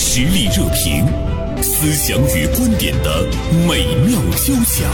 实力热评，思想与观点的美妙交响。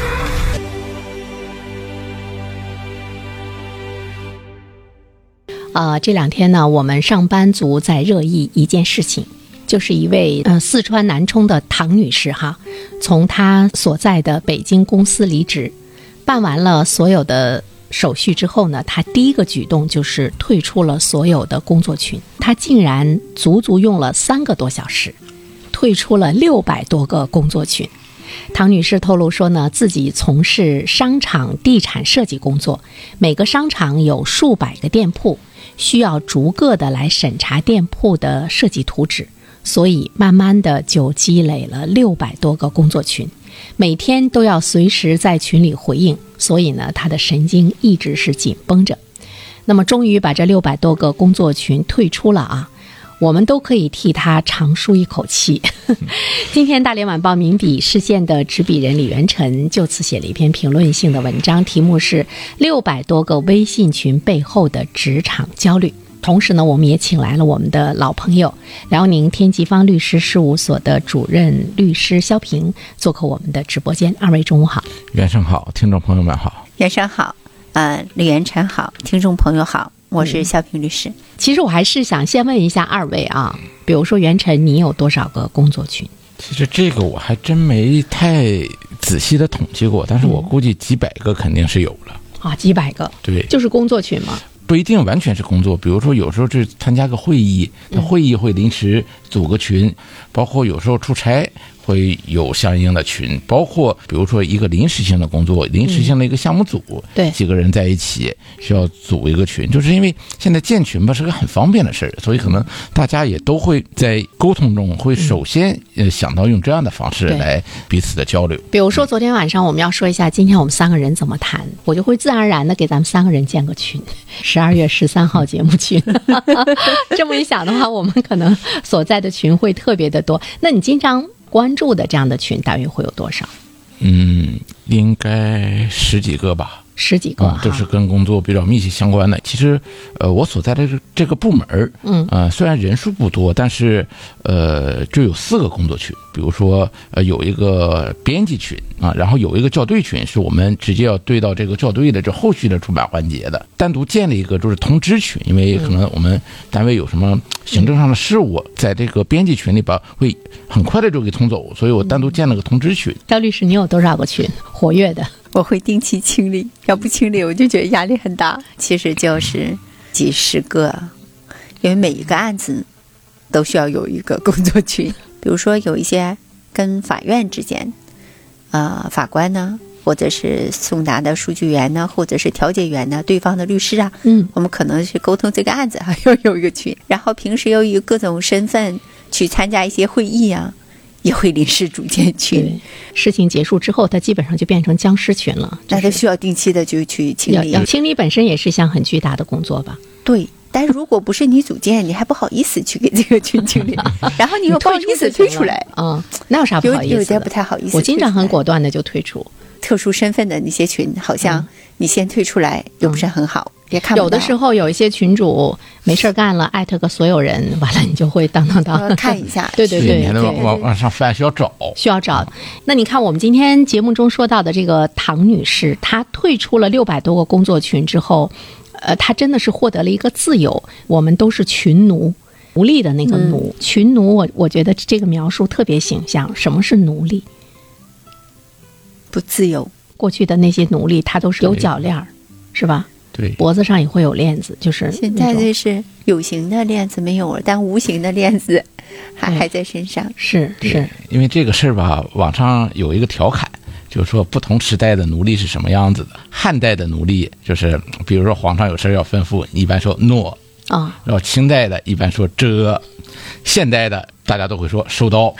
这两天呢，我们上班族在热议一件事情，就是一位四川南充的唐女士哈，从她所在的北京公司离职，办完了所有的手续之后呢，她第一个举动就是退出了所有的工作群。她竟然足足用了3个多小时，退出了600多个工作群。唐女士透露说呢，自己从事商场地产设计工作，每个商场有数百个店铺，需要逐个的来审查店铺的设计图纸，所以慢慢的就积累了600多个工作群，每天都要随时在群里回应，所以呢，她的神经一直是紧绷着。那么终于把这600多个工作群退出了啊，我们都可以替他长舒一口气。今天大连晚报名笔视线的执笔人李元晨就此写了一篇评论性的文章，题目是600多个微信群背后的职场焦虑。同时呢，我们也请来了我们的老朋友辽宁天吉方律师事务所的主任律师肖平做客我们的直播间。二位中午好。 元晨好，听众朋友们好。 元晨好，李元晨好，听众朋友好，我是肖平律师。 其实我还是想先问一下二位啊，比如说元晨，你有多少个工作群？ 其实这个我还真没太仔细的统计过，但是我估计几百个肯定是有了啊，几百个， 对， 就是工作群嘛。 不一定完全是工作，比如说有时候是参加个会议，他会议会临时组个群，包括有时候出差会有相应的群，包括比如说一个临时性的工作，临时性的一个项目组， 对， 几个人在一起需要组一个群，就是因为现在建群吧是个很方便的事儿，所以可能大家也都会在沟通中会首先想到用这样的方式来彼此的交流。 比如说昨天晚上我们要说一下今天我们3个人怎么谈，我就会自然而然的给咱们3个人建个群，12月13号节目群。这么一想的话，我们可能所在的群会特别的多。那你经常关注的这样的群大约会有多少？ 应该10几个吧。 10几个， 这是跟工作比较密切相关的。其实，我所在的这个部门，虽然人数不多，但是，就有4个工作群。比如说，有一个编辑群啊，然后有一个校对群，是我们直接要对到这个校对的这后续的出版环节的。单独建了一个就是通知群，因为可能我们单位有什么行政上的事务，在这个编辑群里边会很快的就给通走，所以我单独建了个通知群。 肖律师，你有多少个群活跃的？ 我会定期清理，要不清理我就觉得压力很大。其实就是几十个，因为每一个案子都需要有一个工作群。比如说有一些跟法院之间，法官呢，或者是送达的数据员呢，或者是调解员呢，对方的律师啊，我们可能去沟通这个案子，还要有一个群。然后平时又以各种身份去参加一些会议啊，也会临时组建群。 事情结束之后，它基本上就变成僵尸群了， 那都需要定期的就去清理。 清理本身也是一项很巨大的工作吧？ 对。但如果不是你组建，你还不好意思去给这个群清理，然后你又不好意思退出来， 那有啥不好意思的？ 有点不太好意思。 我经常很果断的就退出。 特殊身份的那些群，好像你先退出来又不是很好，也看不到。 有的时候有一些群主没事干了，艾特个所有人，完了你就会当看一下。 对对对， 往上翻需要找。 那你看我们今天节目中说到的这个唐女士，她退出了600多个工作群之后，她真的是获得了一个自由。我们都是群奴，奴隶的那个奴，群奴。我觉得这个描述特别形象。什么是奴隶？ 不自由。 过去的那些奴隶，他都是有脚链，是吧？ 对， 脖子上也会有链子，就是现在这是有形的链子没有了，但无形的链子还在身上。 是， 因为这个事儿吧，网上有一个调侃。就是说不同时代的奴隶是什么样子的。汉代的奴隶就是比如说皇上有事要吩咐，一般说诺啊，然后清代的一般说遮，现代的大家都会说收刀。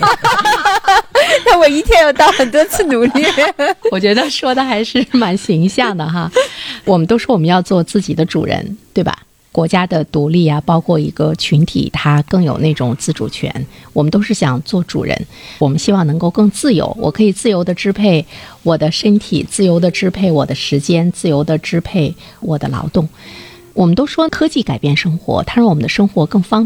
那我一天要当很多次奴隶。 我觉得说的还是蛮形象的哈。我们都说我们要做自己的主人，对吧？国家的独立啊，包括一个群体它更有那种自主权，我们都是想做主人，我们希望能够更自由，我可以自由的支配我的身体，自由的支配我的时间，自由的支配我的劳动。我们都说科技改变生活，它让我们的生活更方便，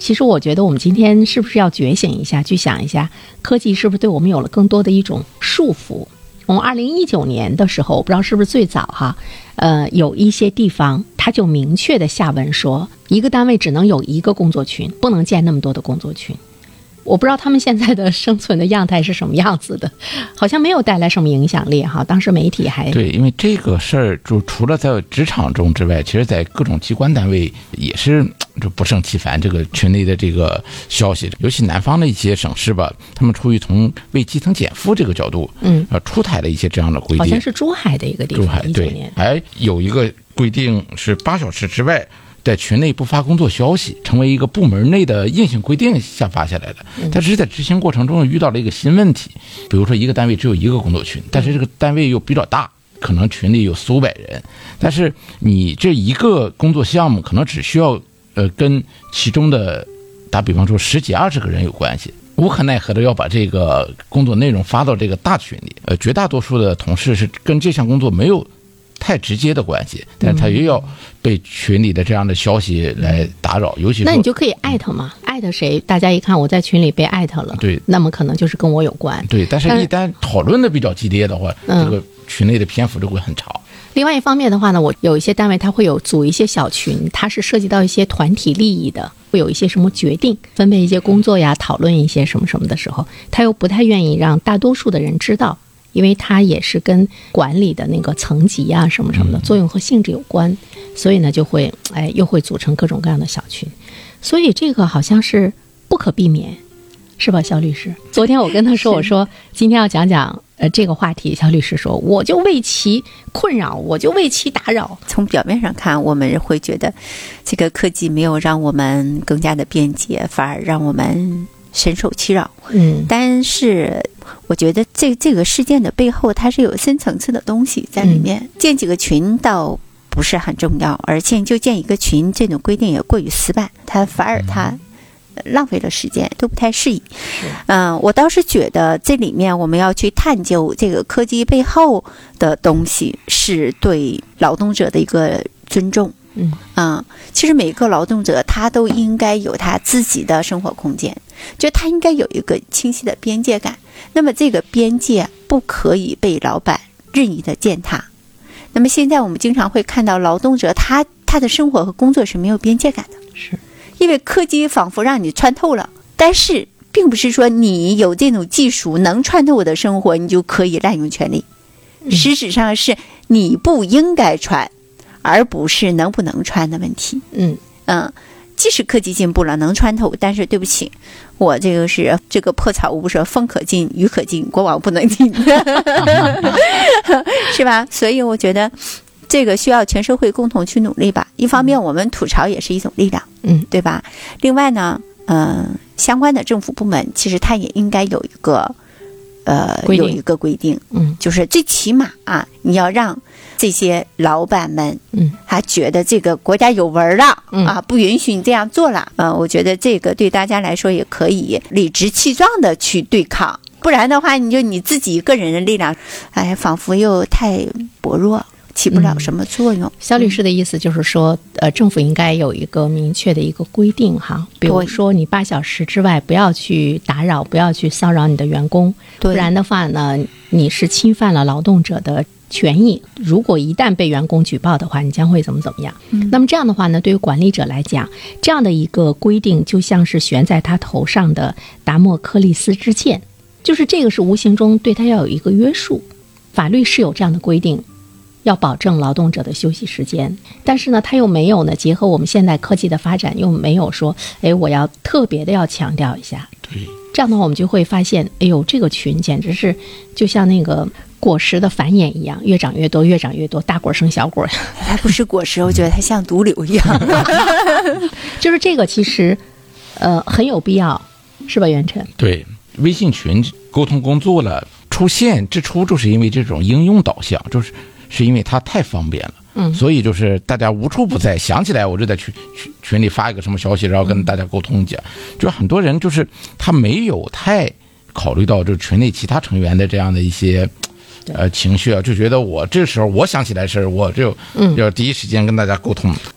其实我觉得我们今天是不是要觉醒一下，去想一下，科技是不是对我们有了更多的一种束缚？从2019年的时候，我不知道是不是最早哈，有一些地方它就明确的下文说，一个单位只能有一个工作群，不能建那么多的工作群。我不知道他们现在的生存的样态是什么样子的，好像没有带来什么影响力哈。当时媒体还对，因为这个事儿就除了在职场中之外，其实在各种机关单位也是就不胜其烦。这个群内的这个消息，尤其南方的一些省市吧，他们出于从为基层减负这个角度，出台了一些这样的规定。 好像是珠海的一个地方， 珠海对，还有一个规定是8小时之外，在群内不发工作消息，成为一个部门内的硬性规定下发下来的。但是在执行过程中遇到了一个新问题，比如说一个单位只有一个工作群，但是这个单位又比较大，可能群里有400-500人，但是你这一个工作项目可能只需要跟其中的打比方说10几20个人有关系，无可奈何的要把这个工作内容发到这个大群里。绝大多数的同事是跟这项工作没有太直接的关系，但是他又要被群里的这样的消息来打扰，尤其那你就可以艾特嘛，艾特谁，大家一看我在群里被艾特了， 对， 那么可能就是跟我有关。 对，但是一旦讨论的比较激烈的话，这个群内的篇幅就会很长。 另外一方面的话呢，我有一些单位它会有组一些小群，它是涉及到一些团体利益的，会有一些什么决定分配一些工作呀，讨论一些什么什么的时候，他又不太愿意让大多数的人知道，因为它也是跟管理的那个层级啊什么什么的作用和性质有关，所以呢就会又会组成各种各样的小群，所以这个好像是不可避免，是吧，肖律师？昨天我跟他说，我说今天要讲讲这个话题，肖律师说我就为其困扰，我就为其打扰。 从表面上看，我们会觉得这个科技没有让我们更加的便捷，反而让我们深受其扰。但是我觉得这个事件的背后，它是有深层次的东西在里面。建几个群倒不是很重要，而且就建一个群，这种规定也过于死板，它反而它浪费了时间，都不太适宜。我倒是觉得这里面我们要去探究这个科技背后的东西，是对劳动者的一个尊重。其实每一个劳动者他都应该有他自己的生活空间，就他应该有一个清晰的边界感。那么这个边界不可以被老板任意的践踏。那么现在我们经常会看到劳动者他的生活和工作是没有边界感的， 是因为科技仿佛让你穿透了，但是并不是说你有这种技术能穿透我的生活，你就可以滥用权利。事实上是你不应该穿，而不是能不能穿的问题。即使科技进步了能穿透，但是对不起，我这个是这个破草屋说风可进雨可进，国王不能进是吧？所以我觉得这个需要全社会共同去努力吧。一方面我们吐槽也是一种力量，对吧？另外呢相关的政府部门其实它也应该有一个有一个规定，就是最起码你要让这些老板们还觉得这个国家有文了不允许你这样做了。我觉得这个对大家来说也可以理直气壮的去对抗，不然的话你自己一个人的力量仿佛又太薄弱，起不了什么作用。 肖律师的意思就是说政府应该有一个明确的一个规定哈，比如说你8小时之外不要去打扰，不要去骚扰你的员工，不然的话呢你是侵犯了劳动者的权益，如果一旦被员工举报的话，你将会怎么样。那么这样的话呢，对于管理者来讲，这样的一个规定就像是悬在他头上的达摩克利斯之剑，就是这个是无形中对他要有一个约束。法律是有这样的规定，要保证劳动者的休息时间，但是呢他又没有呢结合我们现代科技的发展，又没有说我要特别的要强调一下。 对， 这样的话我们就会发现这个群简直是就像那个果实的繁衍一样，越长越多，越长越多，大果生小果。 它不是果实，我觉得它像毒瘤一样。 就是这个其实很有必要，是吧，袁晨？ 对，微信群沟通工作了，出现之初就是因为这种应用导向，是因为它太方便了。所以就是大家无处不在，想起来我就在群里发一个什么消息，然后跟大家沟通一下。就很多人就是他没有太考虑到就群内其他成员的这样的一些情绪就觉得我这时候我想起来事儿，我就要第一时间跟大家沟通。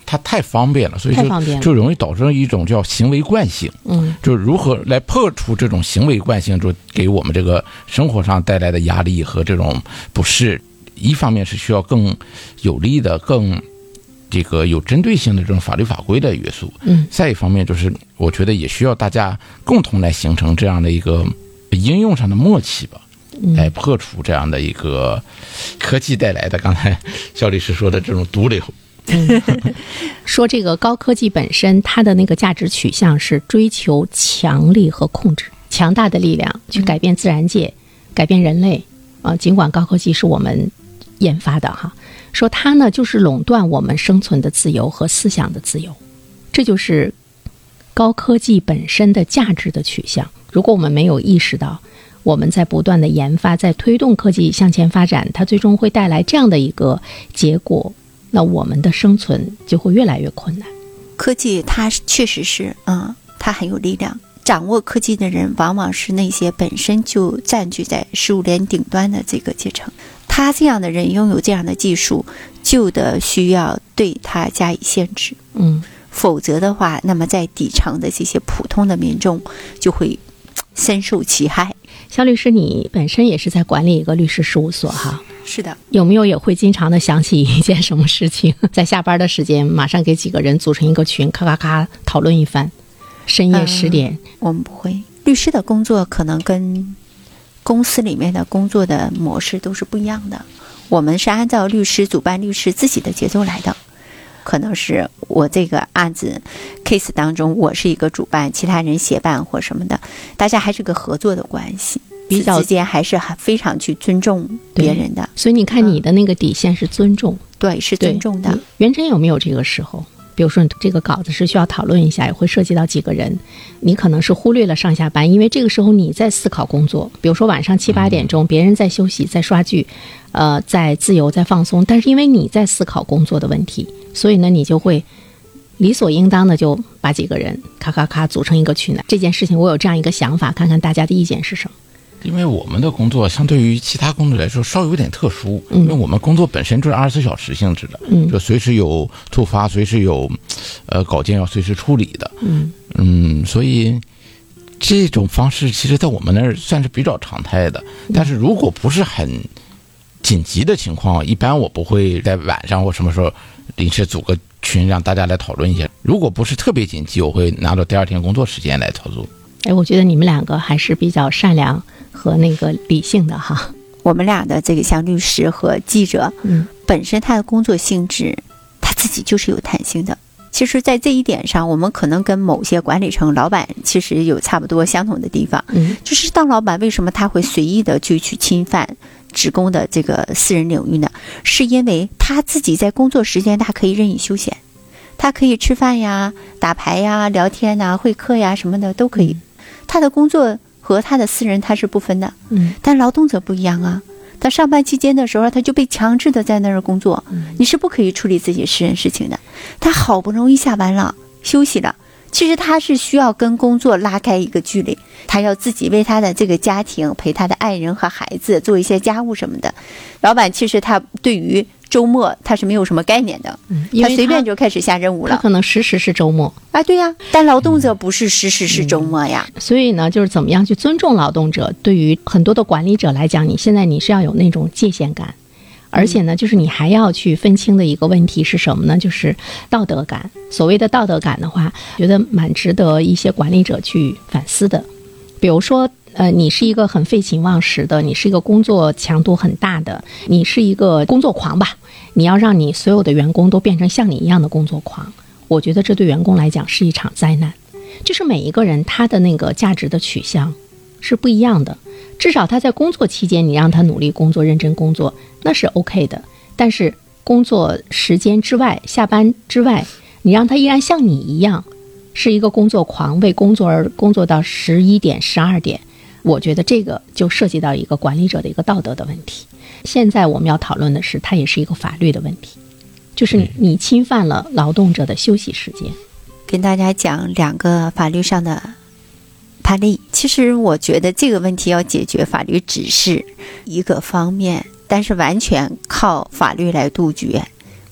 它太方便了，所以就容易导致一种叫行为惯性。就如何来破除这种行为惯性，就给我们这个生活上带来的压力和这种不适。一方面是需要更有力的、更这个有针对性的这种法律法规的约束。再一方面就是我觉得也需要大家共同来形成这样的一个应用上的默契吧。来破除这样的一个科技带来的刚才肖律师说的这种毒瘤。 说这个高科技本身它的那个价值取向是追求强力和控制，强大的力量去改变自然界，改变人类尽管高科技是我们研发的哈，说它呢就是垄断我们生存的自由和思想的自由，这就是高科技本身的价值的取向。如果我们没有意识到我们在不断的研发，在推动科技向前发展，它最终会带来这样的一个结果，那我们的生存就会越来越困难。 科技它确实是它很有力量，掌握科技的人往往是那些本身就占据在食物链顶端的这个阶层，他这样的人拥有这样的技术，就得需要对他加以限制。否则的话，那么在底层的这些普通的民众就会深受其害。 肖律师，你本身也是在管理一个律师事务所哈？ 是的。 有没有也会经常的想起一件什么事情，在下班的时间马上给几个人组成一个群，咔咔咔讨论一番，深夜10点？ 我们不会。律师的工作可能跟公司里面的工作的模式都是不一样的，我们是按照主办律师自己的节奏来的。可能是我这个案子 case 当中我是一个主办，其他人协办或什么的，大家还是个合作的关系，彼此之间还是非常去尊重别人的。 所以你看你的那个底线是尊重。 对，是尊重的。 元真有没有这个时候？比如说这个稿子是需要讨论一下，也会涉及到几个人，你可能是忽略了上下班，因为这个时候你在思考工作。比如说晚上7、8点钟，别人在休息，在刷剧，在自由，在放松，但是因为你在思考工作的问题，所以呢，你就会理所应当的就把几个人咔咔咔组成一个群来。这件事情我有这样一个想法，看看大家的意见是什么。 因为我们的工作相对于其他工作来说稍微有点特殊，因为我们工作本身就是24小时性质的，就随时有突发，随时有稿件要随时处理的，所以这种方式其实在我们那儿算是比较常态的。但是如果不是很紧急的情况，一般我不会在晚上或什么时候临时组个群让大家来讨论一下。如果不是特别紧急，我会拿到第2天工作时间来操作。 我觉得你们两个还是比较善良和那个理性的哈。 我们俩的这个像律师和记者，本身他的工作性质他自己就是有弹性的。其实在这一点上，我们可能跟某些管理层老板其实有差不多相同的地方，就是当老板为什么他会随意的就去侵犯职工的这个私人领域呢？是因为他自己在工作时间他可以任意休闲，他可以吃饭呀、打牌呀、聊天呀、会客呀什么的都可以。他的工作和他的私人他是不分的，但劳动者不一样啊。他上班期间的时候，他就被强制的在那儿工作，你是不可以处理自己私人事情的。他好不容易下班了，休息了，其实他是需要跟工作拉开一个距离，他要自己为他的这个家庭陪他的爱人和孩子做一些家务什么的。老板其实他对于周末他是没有什么概念的，他随便就开始下任务了。 他可能时时是周末啊，对呀，但劳动者不是时时是周末呀。 所以呢，就是怎么样去尊重劳动者，对于很多的管理者来讲，你现在你是要有那种界限感，而且呢，就是你还要去分清的一个问题是什么呢？就是道德感。所谓的道德感的话，觉得蛮值得一些管理者去反思的。比如说你是一个很废寝忘食的，你是一个工作强度很大的，你是一个工作狂吧，你要让你所有的员工都变成像你一样的工作狂，我觉得这对员工来讲是一场灾难。就是每一个人他的那个价值的取向是不一样的，至少他在工作期间你让他努力工作、认真工作，那是 OK 的。但是工作时间之外、下班之外，你让他依然像你一样是一个工作狂，为工作而工作到11点、12点，我觉得这个就涉及到一个管理者的一个道德的问题。现在我们要讨论的是，它也是一个法律的问题，就是你侵犯了劳动者的休息时间。 跟大家讲2个法律上的判例。其实我觉得这个问题要解决，法律只是一个方面，但是完全靠法律来杜绝，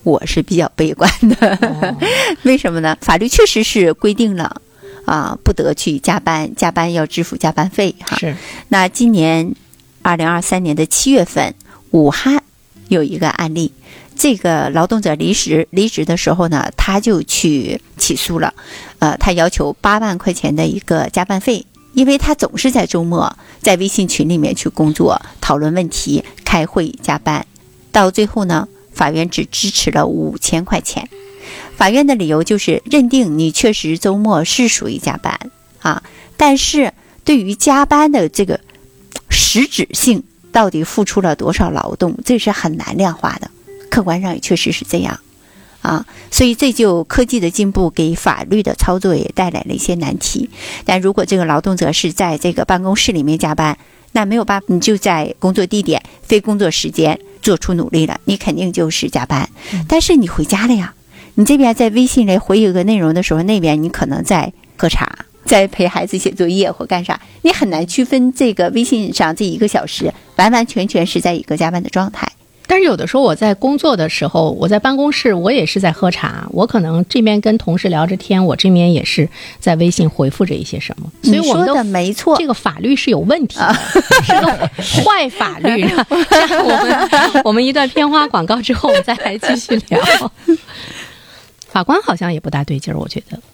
我是比较悲观的。为什么呢？法律确实是规定了不得去加班，加班要支付加班费哈。 是。 那今年2023年的7月份，武汉有一个案例，这个劳动者离职的时候呢，他就去起诉了，他要求8万块钱的一个加班费，因为他总是在周末在微信群里面去工作、讨论问题、开会、加班，到最后呢，法院只支持了5000块钱。法院的理由就是认定你确实周末是属于加班但是对于加班的这个实质性到底付出了多少劳动，这是很难量化的，客观上也确实是这样所以这就科技的进步给法律的操作也带来了一些难题。但如果这个劳动者是在这个办公室里面加班，那没有办法，你就在工作地点非工作时间做出努力了，你肯定就是加班。但是你回家了呀，你这边在微信里回一个内容的时候，那边你可能在喝茶，在陪孩子写作业或干啥，你很难区分这个微信上这1个小时完完全全是在一个加班的状态。 但是有的时候我在工作的时候，我在办公室我也是在喝茶，我可能这边跟同事聊着天，我这边也是在微信回复着一些什么。所以我们说的没错， 这个法律是有问题的，是个坏法律。我们一段片花广告之后，我们再来继续聊。法官好像也不大对劲儿，我觉得。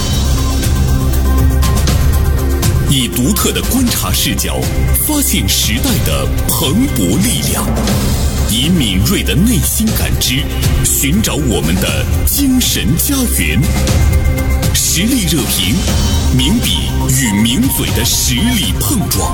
以独特的观察视角，发现时代的蓬勃力量，以敏锐的内心感知，寻找我们的精神家园。实力热评，名笔与名嘴的实力碰撞。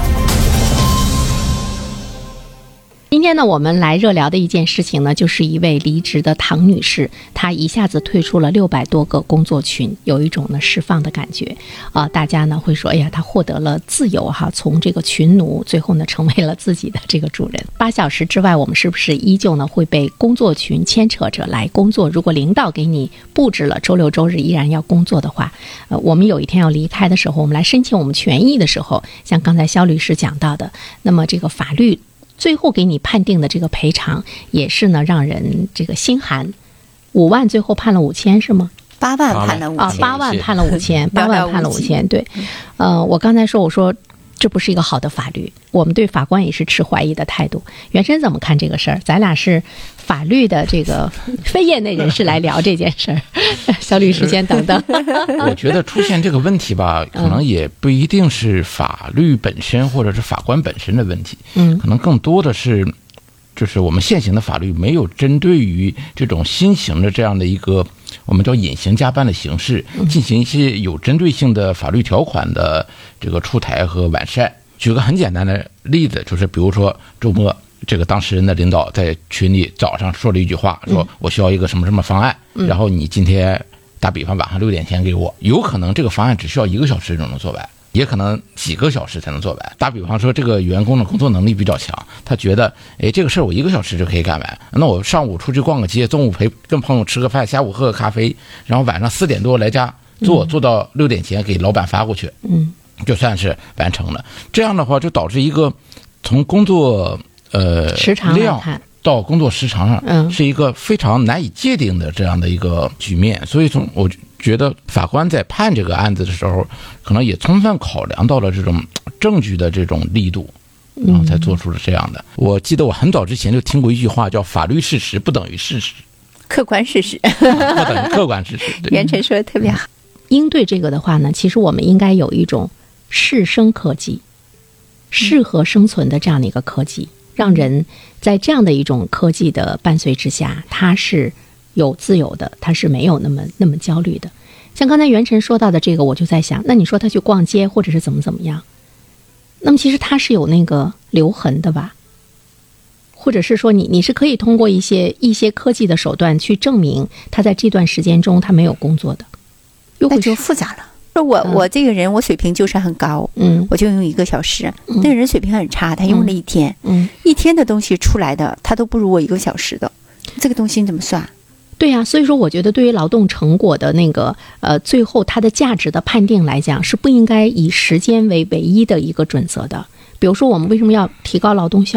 今天呢，我们来热聊的一件事情呢，就是一位离职的唐女士，她一下子退出了600多个工作群，有一种呢释放的感觉大家呢会说，哎呀，她获得了自由哈，从这个群奴最后呢成为了自己的这个主人。8小时之外，我们是不是依旧呢会被工作群牵扯着来工作？如果领导给你布置了周六周日依然要工作的话，我们有一天要离开的时候，我们来申请我们权益的时候，像刚才肖律师讲到的，那么这个法律最后给你判定的这个赔偿也是呢让人这个心寒。5万最后判了5000是吗 ？8万判了5000 8万判了5000 8万判了5000对。我刚才我说这不是一个好的法律，我们对法官也是持怀疑的态度。袁生怎么看这个事儿？咱俩是法律的这个非业内人士来聊这件事儿。肖律师先等等。 我觉得出现这个问题吧，可能也不一定是法律本身或者是法官本身的问题，可能更多的是就是我们现行的法律没有针对于这种新型的这样的一个我们叫隐形加班的形式进行一些有针对性的法律条款的这个出台和完善。举个很简单的例子，就是比如说周末这个当事人的领导在群里早上说了一句话，说我需要一个什么什么方案，然后你今天打比方晚上6点前给我，有可能这个方案只需要1个小时就能做完，也可能几个小时才能做完。打比方说这个员工的工作能力比较强，他觉得这个事儿我1个小时就可以干完，那我上午出去逛个街，中午跟朋友吃个饭，下午喝个咖啡，然后晚上4点多来家做到6点前给老板发过去，就算是完成了。这样的话就导致一个从工作时长量到工作时长上是一个非常难以界定的这样的一个局面。所以我觉得法官在判这个案子的时候，可能也充分考量到了这种证据的这种力度，然后才做出了这样的。我记得我很早之前就听过一句话，叫法律事实不等于事实， 客观事实不等于客观事实。 袁晨说的特别好。 应对这个的话呢，其实我们应该有一种适生科技，适合生存的这样的一个科技，让人在这样的一种科技的伴随之下，他是有自由的，他是没有那么焦虑的。像刚才袁晨说到的这个，我就在想，那你说他去逛街或者是怎么样，那么其实他是有那个留痕的吧？或者是说你是可以通过一些科技的手段去证明他在这段时间中他没有工作的， 那就复杂了。说我这个人我水平就是很高，我就用1个小时，那个人水平很差，他用了1天，1天的东西出来的他都不如我1个小时的，这个东西你怎么算？ 对呀，所以说我觉得对于劳动成果的那个最后它的价值的判定来讲，是不应该以时间为唯一的一个准则的。比如说我们为什么要提高劳动效率？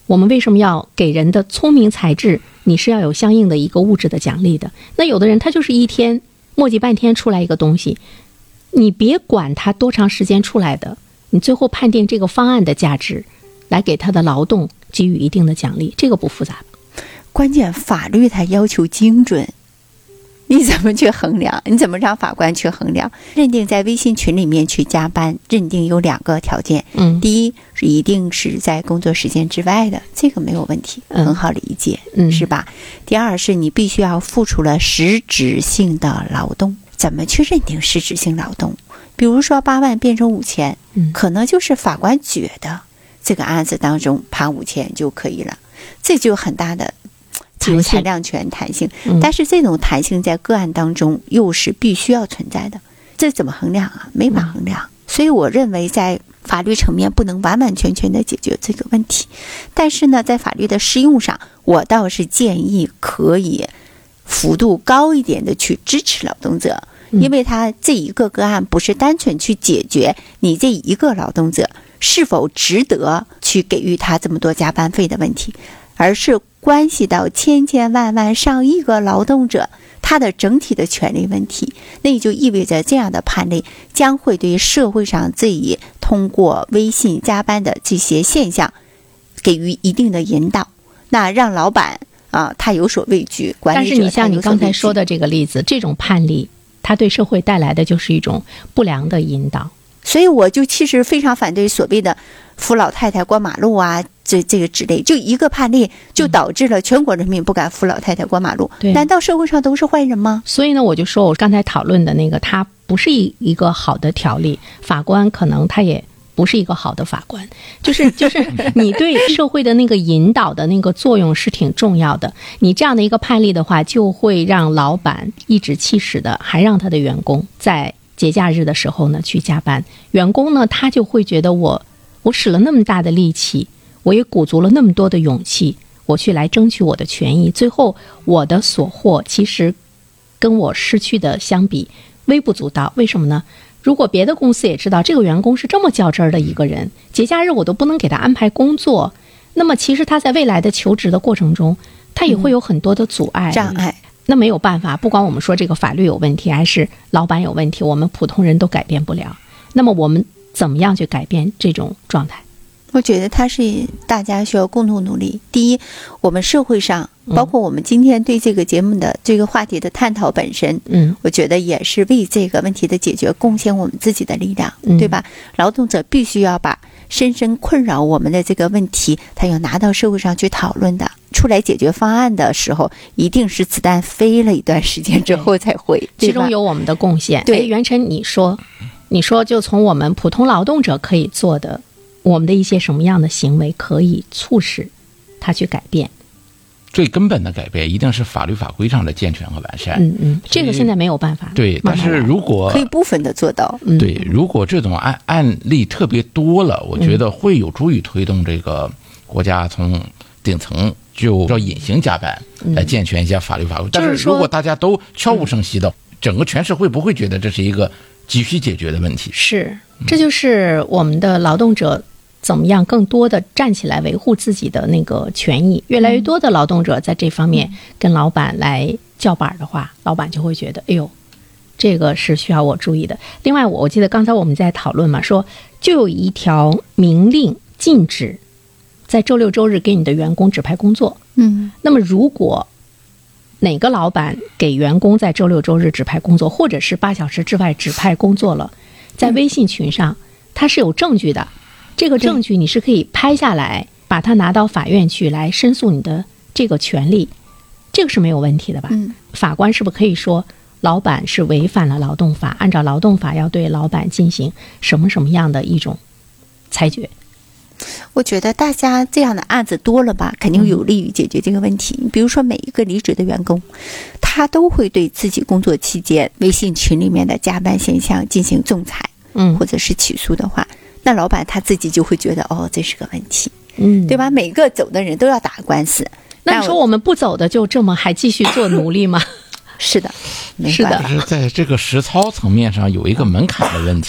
我们为什么要给人的聪明才智，你是要有相应的一个物质的奖励的。那有的人他就是一天磨叽半天出来一个东西，你别管他多长时间出来的，你最后判定这个方案的价值，来给他的劳动给予一定的奖励，这个不复杂。 关键法律它要求精准，你怎么去衡量？你怎么让法官去衡量？认定在微信群里面去加班，认定有2个条件。第一是一定是在工作时间之外的，这个没有问题，很好理解，是吧？第二是你必须要付出了实质性的劳动。怎么去认定实质性劳动？比如说8万变成5000，可能就是法官觉得这个案子当中判5000就可以了，这就有很大的自由裁量权弹性，但是这种弹性在个案当中又是必须要存在的，这怎么衡量啊？没法衡量。所以我认为在法律层面不能完完全全的解决这个问题，但是呢，在法律的适用上，我倒是建议可以幅度高一点的去支持劳动者，因为他这一个个案不是单纯去解决你这一个劳动者是否值得去给予他这么多加班费的问题，而是关系到千千万万上亿个劳动者他的整体的权利问题。那也就意味着这样的判例将会对社会上这一通过微信加班的这些现象给予一定的引导，那让老板他有所畏惧，管理者但是你像你刚才说的这个例子，这种判例它对社会带来的就是一种不良的引导。 所以我就其实非常反对所谓的扶老太太过马路啊，这个之类，就一个判例就导致了全国人民不敢扶老太太过马路。难道社会上都是坏人吗？ 所以呢，我就说我刚才讨论的那个，它不是一个好的条例，法官可能他也不是一个好的法官，就是你对社会的那个引导的那个作用是挺重要的。你这样的一个判例的话，就会让老板颐指气使的还让他的员工在节假日的时候呢去加班，员工呢他就会觉得我使了那么大的力气，我也鼓足了那么多的勇气，我去来争取我的权益，最后我的所获其实跟我失去的相比微不足道。为什么呢？如果别的公司也知道这个员工是这么较真儿的一个人，节假日我都不能给他安排工作，那么其实他在未来的求职的过程中，他也会有很多的阻碍、 障碍。 那没有办法，不管我们说这个法律有问题还是老板有问题，我们普通人都改变不了。那么我们怎么样去改变这种状态？ 我觉得它是大家需要共同努力。第一，我们社会上，包括我们今天对这个节目的这个话题的探讨本身，我觉得也是为这个问题的解决贡献我们自己的力量，对吧？劳动者必须要把深深困扰我们的这个问题，他要拿到社会上去讨论的。出来解决方案的时候，一定是子弹飞了一段时间之后才会， 其中有我们的贡献。 对， 袁晨，你说就从我们普通劳动者可以做的，我们的一些什么样的行为可以促使他去改变？ 最根本的改变一定是法律法规上的健全和完善。 这个现在没有办法。 对，但是如果可以部分的做到， 对，如果这种案例特别多了，我觉得会有助于推动这个国家从顶层就叫隐形加班来健全一下法律法规。但是如果大家都悄无声息的，整个全社会不会觉得这是一个急需解决的问题。 是，这就是我们的劳动者怎么样更多的站起来维护自己的那个权益。越来越多的劳动者在这方面跟老板来叫板的话，老板就会觉得哎呦，这个是需要我注意的。另外我记得刚才我们在讨论嘛，说就有一条明令禁止在周六周日给你的员工指派工作。那么如果哪个老板给员工在周六周日指派工作，或者是8小时之外指派工作了，在微信群上他是有证据的，这个证据你是可以拍下来，把它拿到法院去来申诉你的这个权利，这个是没有问题的吧？法官是不是可以说老板是违反了劳动法，按照劳动法要对老板进行什么样的一种裁决？ 我觉得大家这样的案子多了吧，肯定有利于解决这个问题。比如说每一个离职的员工，他都会对自己工作期间微信群里面的加班现象进行仲裁，或者是起诉的话，那老板他自己就会觉得哦，这是个问题，对吧？每个走的人都要打官司， 那你说我们不走的就这么还继续做奴隶吗？ 是的， 是的， 就是在这个实操层面上有一个门槛的问题。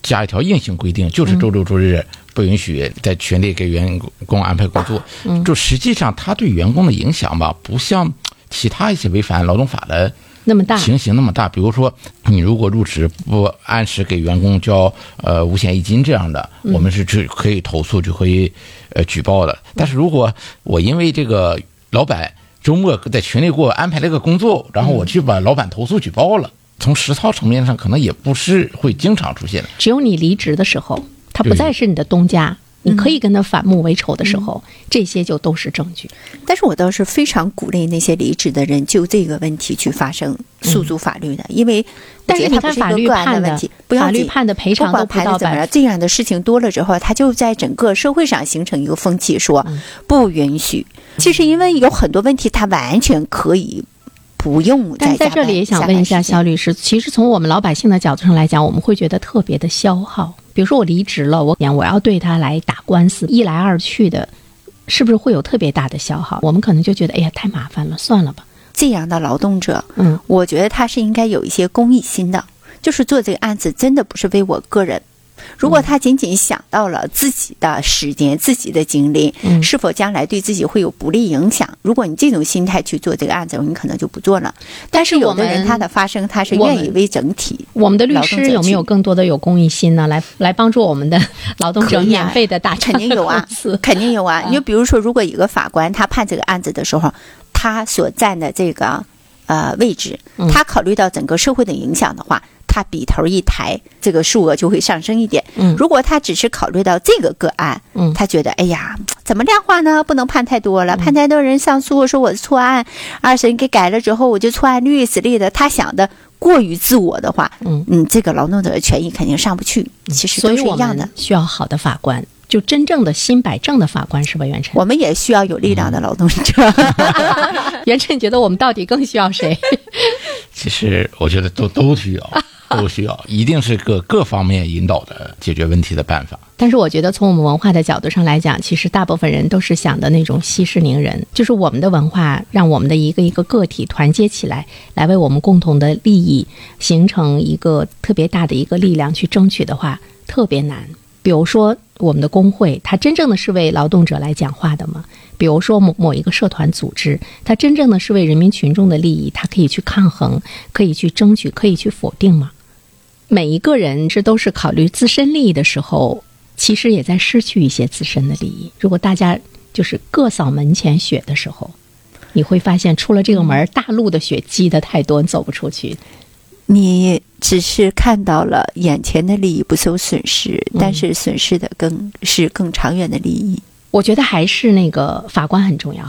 加一条硬性规定，就是周六周日不允许在群里给员工安排工作。就实际上它对员工的影响吧，不像其他一些违反劳动法的那么大情形那么大。比如说你如果入职不按时给员工交五险一金这样的，我们是可以投诉，就可以举报的。但是如果我因为这个老板周末在群里给我安排了一个工作，然后我去把老板投诉举报了，从实操层面上可能也不是会经常出现的。 只有你离职的时候，他不再是你的东家，你可以跟他反目为仇的时候，这些就都是证据。 但是我倒是非常鼓励那些离职的人就这个问题去发声，诉诸法律的，因为我觉得它不是一个个案的问题，不要法律判的赔偿都不到怎么样，这样的事情多了之后，它就在整个社会上形成一个风气，说不允许。其实因为有很多问题，它完全可以不用再加班。 但在这里也想问一下肖律师，其实从我们老百姓的角度上来讲，我们会觉得特别的消耗。比如说我离职了，我要对他来打官司，一来二去的，是不是会有特别大的消耗？我们可能就觉得，哎呀，太麻烦了，算了吧。 这样的劳动者，我觉得他是应该有一些公益心的，就是做这个案子真的不是为我个人。如果他仅仅想到了自己的时间、自己的精力，是否将来对自己会有不利影响，如果你这种心态去做这个案子，你可能就不做了。但是有的人他的发声，他是愿意为整体。 我们的律师有没有更多的有公益心呢？来帮助我们的劳动者免费的打肯定有啊，肯定有啊。你就比如说，如果一个法官他判这个案子的时候，他所占的这个位置，他考虑到整个社会的影响的话，他笔头一抬，这个数额就会上升一点。如果他只是考虑到这个个案，他觉得哎呀，怎么量化呢？不能判太多了，判太多人上诉说我的错案，二审给改了之后我就错案率之类的，他想的过于自我的话，这个劳动者的权益肯定上不去。其实都是一样的。 所以我们需要好的法官。就真正的心摆正的法官是吧，袁晨？ 我们也需要有力量的劳动者。 袁晨觉得我们到底更需要谁？ 其实我觉得都需要，都需要，一定是各方面引导的解决问题的办法。 但是我觉得从我们文化的角度上来讲，其实大部分人都是想的那种息事宁人，就是我们的文化让我们的一个一个个体团结起来，来为我们共同的利益形成一个特别大的一个力量去争取的话，特别难。比如说我们的工会，它真正的是为劳动者来讲话的吗？比如说某一个社团组织，它真正的是为人民群众的利益，它可以去抗衡，可以去争取，可以去否定吗？每一个人都是考虑自身利益的时候，其实也在失去一些自身的利益。如果大家就是各扫门前雪的时候，你会发现出了这个门，大陆的雪积得太多，你走不出去。 你只是看到了眼前的利益不受损失，但是损失的更长远的利益。 我觉得还是那个法官很重要，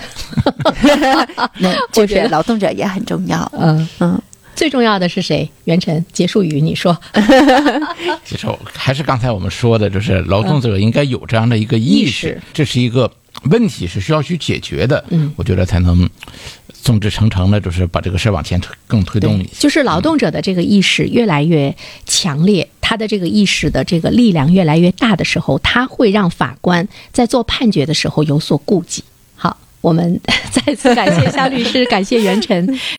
就是劳动者也很重要。 最重要的是谁？袁晨，结束语你说。 其实还是刚才我们说的，就是劳动者应该有这样的一个意识，这是一个问题，是需要去解决的。我觉得才能众志成城的，就是把这个事往前更推动一些。 就是劳动者的这个意识越来越强烈，他的这个意识的这个力量越来越大的时候，他会让法官在做判决的时候有所顾忌。好，我们再次感谢夏律师，感谢袁晨。